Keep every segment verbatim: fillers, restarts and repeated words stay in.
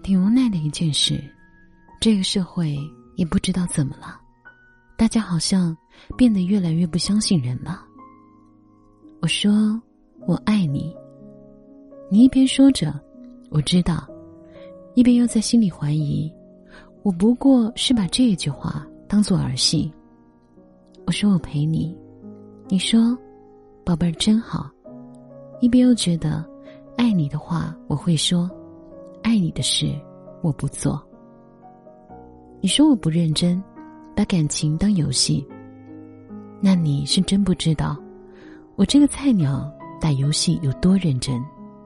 挺无奈的一件事，这个社会也不知道怎么了，大家好像变得越来越不相信人了。我说我爱你，你一边说着我知道，一边又在心里怀疑，我不过是把这一句话当作儿戏。我说我陪你，你说宝贝儿真好，一边又觉得爱你的话我会说，爱你的事我不做。你说我不认真，把感情当游戏，那你是真不知道我这个菜鸟打游戏有多认真。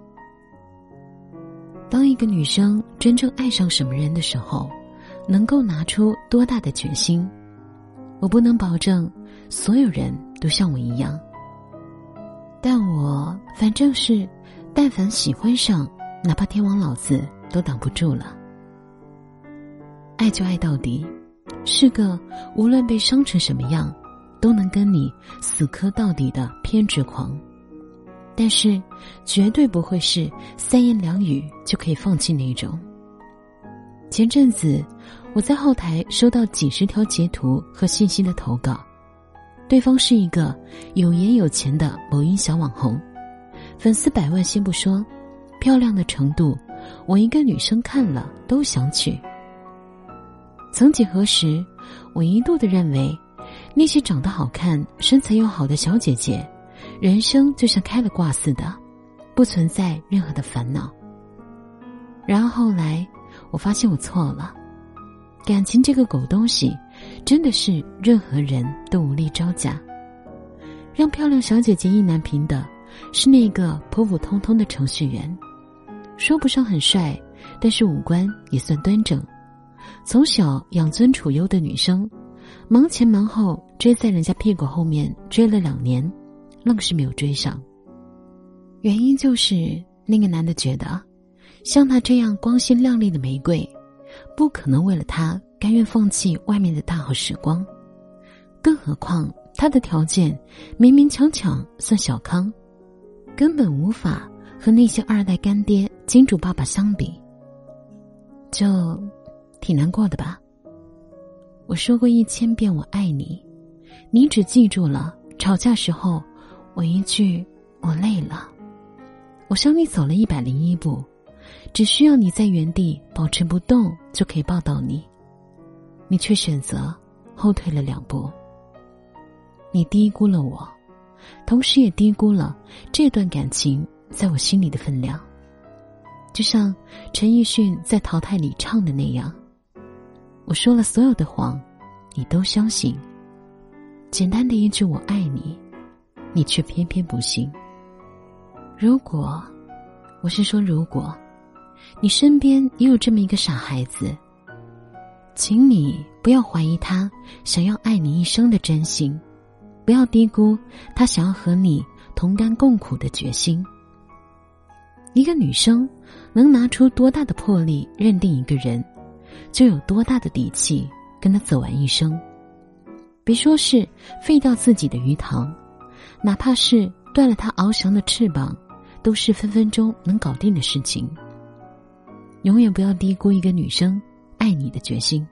当一个女生真正爱上什么人的时候，能够拿出多大的决心，我不能保证所有人都像我一样，但我反正是但凡喜欢上，哪怕天王老子都挡不住了。爱就爱到底，是个无论被伤成什么样都能跟你死磕到底的偏执狂，但是绝对不会是三言两语就可以放弃那种。前阵子我在后台收到几十条截图和信息的投稿，对方是一个有颜有钱的某音小网红，粉丝百万先不说，漂亮的程度我一个女生看了都想娶。曾几何时，我一度的认为那些长得好看身材又好的小姐姐人生就像开了挂似的，不存在任何的烦恼。然后后来我发现我错了，感情这个狗东西真的是任何人都无力招架。让漂亮小姐姐意难平的是那个普普通通的程序员，说不上很帅，但是五官也算端正，从小养尊处优的女生，忙前忙后追在人家屁股后面追了两年，愣是没有追上。原因就是那个男的觉得像他这样光鲜亮丽的玫瑰，不可能为了他甘愿放弃外面的大好时光，更何况他的条件勉勉强强算小康，根本无法和那些二代干爹金主爸爸相比，就挺难过的吧。我说过一千遍我爱你，你只记住了吵架时候我一句我累了。我向你走了一百零一步，只需要你在原地保持不动就可以抱到你，你却选择后退了两步。你低估了我，同时也低估了这段感情在我心里的分量。就像陈奕迅在淘汰里唱的那样，我说了所有的谎你都相信，简单的一句我爱你，你却偏偏不信。如果，我是说如果你身边也有这么一个傻孩子，请你不要怀疑他想要爱你一生的真心，不要低估他想要和你同甘共苦的决心。一个女生能拿出多大的魄力认定一个人，就有多大的底气跟他走完一生。别说是废掉自己的鱼塘，哪怕是断了他翱翔的翅膀，都是分分钟能搞定的事情。永远不要低估一个女生爱你的决心。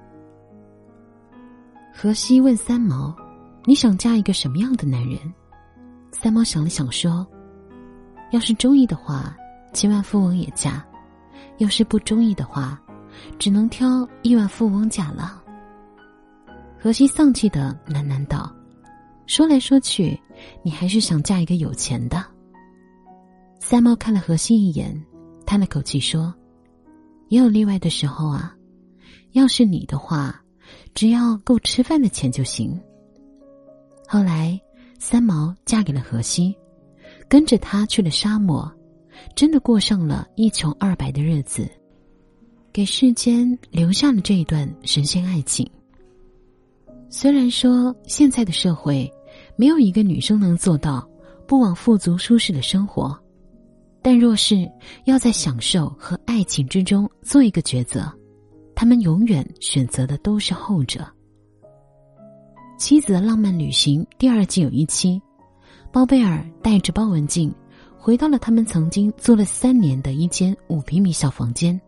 荷西问三毛，你想嫁一个什么样的男人？三毛想了想说，要是中意的话千万富翁也嫁，要是不中意的话只能挑亿万富翁嫁了。荷西丧气地喃喃道，说来说去你还是想嫁一个有钱的。三毛看了荷西一眼，叹了口气说，也有例外的时候啊，要是你的话只要够吃饭的钱就行。后来三毛嫁给了荷西，跟着他去了沙漠，真的过上了一穷二白的日子，给世间留下了这一段神仙爱情。虽然说现在的社会没有一个女生能做到不枉富足舒适的生活，但若是要在享受和爱情之中做一个抉择，他们永远选择的都是后者。妻子的浪漫旅行第二季有一期，包贝尔带着包文婧回到了他们曾经租了三年的一间五平米小房间，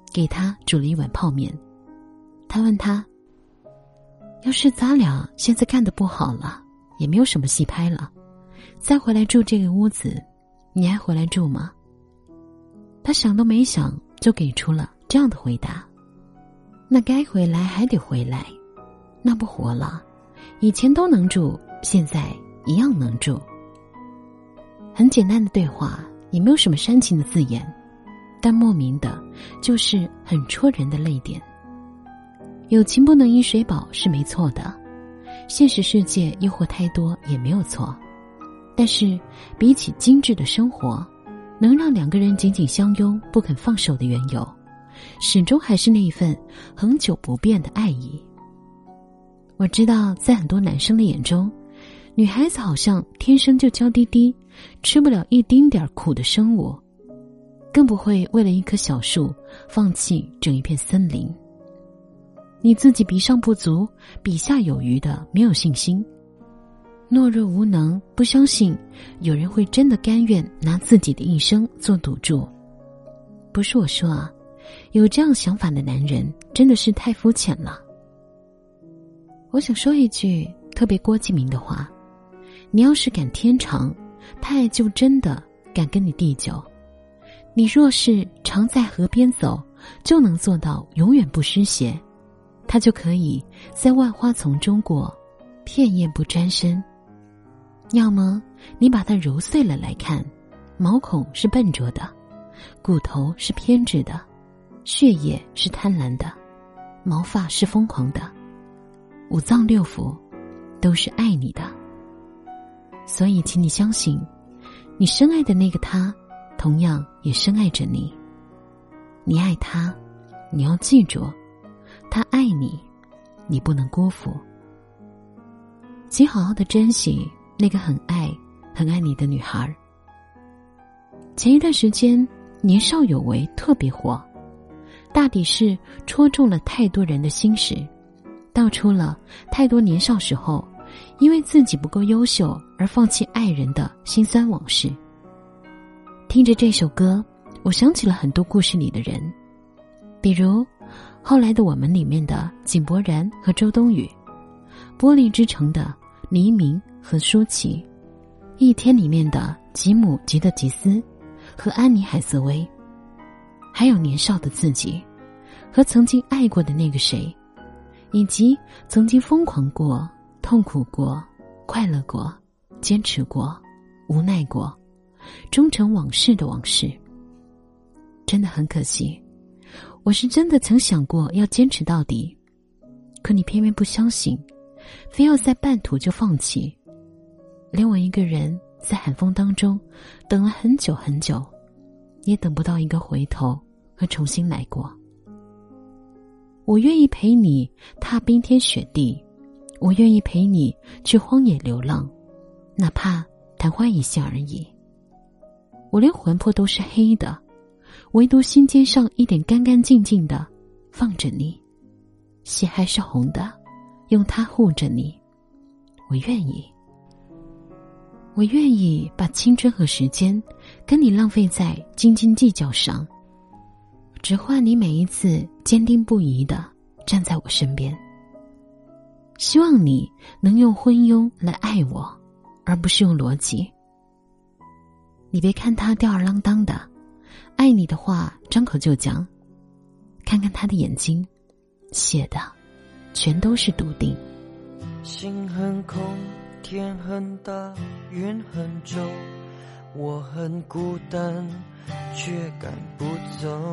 给他煮了一碗泡面。他问他，要是咱俩现在干得不好了，也没有什么戏拍了，再回来住这个屋子，你还回来住吗？他想都没想就给出了这样的回答，那该回来还得回来，那不活了，以前都能住，现在一样能住。很简单的对话，也没有什么煽情的字眼，但莫名的就是很戳人的泪点。有情不能饮水饱是没错的，现实世界诱惑太多也没有错，但是比起精致的生活，能让两个人紧紧相拥不肯放手的缘由，始终还是那一份恒久不变的爱意。我知道在很多男生的眼中，女孩子好像天生就娇滴滴，吃不了一丁点苦的生物，更不会为了一棵小树放弃整一片森林。你自己比上不足，比下有余的没有信心，懦弱无能，不相信有人会真的甘愿拿自己的一生做赌注。不是我说啊，有这样想法的男人真的是太肤浅了。我想说一句特别郭敬明的话，你要是敢天长，他也就真的敢跟你地久。你若是常在河边走，就能做到永远不湿鞋，他就可以在万花丛中过，片叶不沾身。要么你把它揉碎了来看，毛孔是笨拙的，骨头是偏执的，血液是贪婪的，毛发是疯狂的，五脏六腑都是爱你的。所以请你相信，你深爱的那个他同样也深爱着你。你爱他，你要记住，他爱你，你不能辜负。请好好的珍惜那个很爱很爱你的女孩。前一段时间年少有为特别火，大抵是戳中了太多人的心事，道出了太多年少时候因为自己不够优秀而放弃爱人的辛酸往事。听着这首歌，我想起了很多故事里的人，比如后来的我们里面的井柏然和周冬雨，玻璃之城的黎明和舒淇，一天里面的吉姆吉德吉斯和安妮海瑟薇，还有年少的自己和曾经爱过的那个谁，以及曾经疯狂过、痛苦过、快乐过、坚持过、无奈过、终成往事的往事。真的很可惜，我是真的曾想过要坚持到底，可你偏偏不相信，非要在半途就放弃，连我一个人在寒风当中等了很久很久，也等不到一个回头和重新来过。我愿意陪你踏冰天雪地，我愿意陪你去荒野流浪，哪怕昙花一现而已。我连魂魄都是黑的，唯独心尖上一点干干净净的放着你，血还是红的，用它护着你。我愿意，我愿意把青春和时间跟你浪费在斤斤计较上，只换你每一次坚定不移地站在我身边。希望你能用昏庸来爱我，而不是用逻辑。你别看他吊儿郎当的，爱你的话张口就讲，看看他的眼睛，写的全都是笃定。 心很空，天很大，云很重，我很孤单，却赶不走。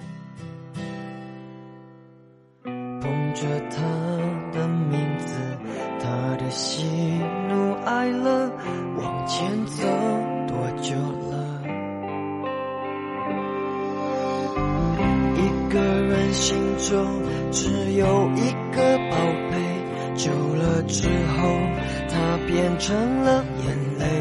捧着他的名字，他的喜怒哀乐，往前走多久了？一个人心中只有一个宝贝，久了之后它变成了眼泪，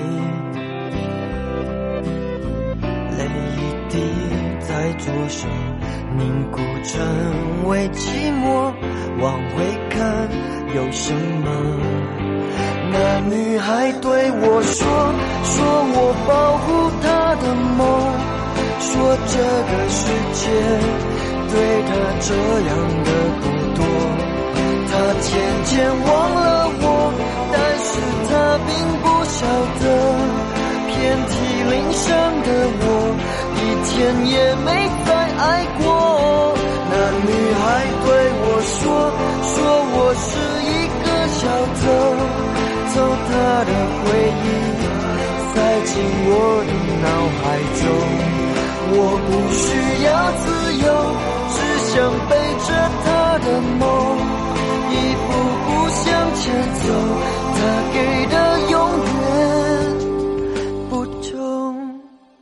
泪一滴在左手凝固成为寂寞，往回看有什么？那女孩对我说，说我保护她的梦，说这个世界对他这样的不多。他渐渐忘了我，但是他并不晓得，遍体鳞伤的我，一天也没再爱过。那女孩对我说，说我是一个小偷，偷她的回忆塞进我的脑海中。我不需要自由，只想背着她的梦，一步步向前走，她给的永远不同。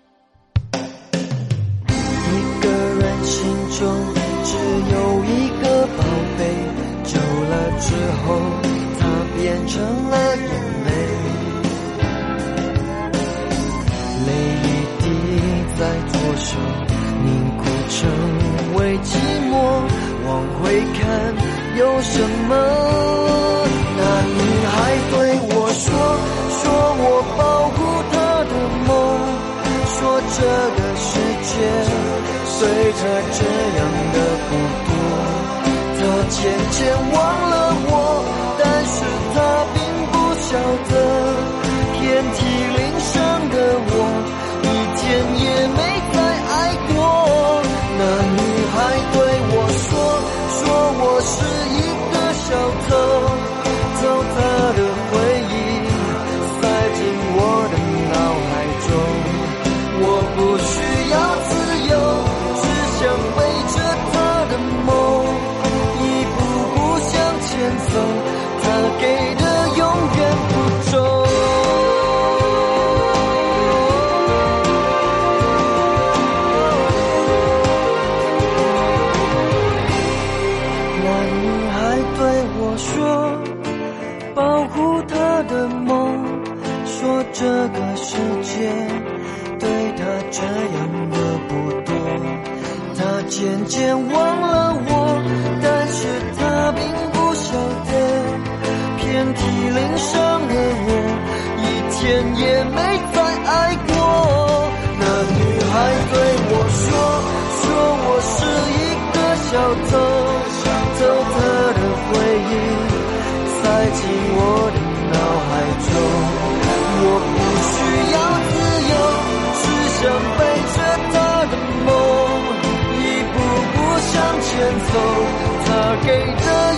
一个人心中只有一个宝贝，久了之后它变成了眼泪，泪一滴在左手凝固成为寂寞，往回看有什么？那女孩对我说，说我保护她的梦，说这个世界对她这样的不多。她渐渐忘了我，但是她并不晓得，遍体鳞伤的我，一天也没再爱过。那女孩对我说，说我是一个小偷，偷她的回忆塞进我的脑海中。我不需要自由，只想背着她的梦，一步步向前走，她给的永远不重。保护她的梦，说这个世界对她这样的不多。她渐渐忘了我，但是她并不晓得，遍体鳞伤的我，一天也没再爱过。那女孩对我说，说我是一个小偷，偷她的回忆塞进我的脑海中。我不需要自由，只想背着她的梦，一步步向前走，她给的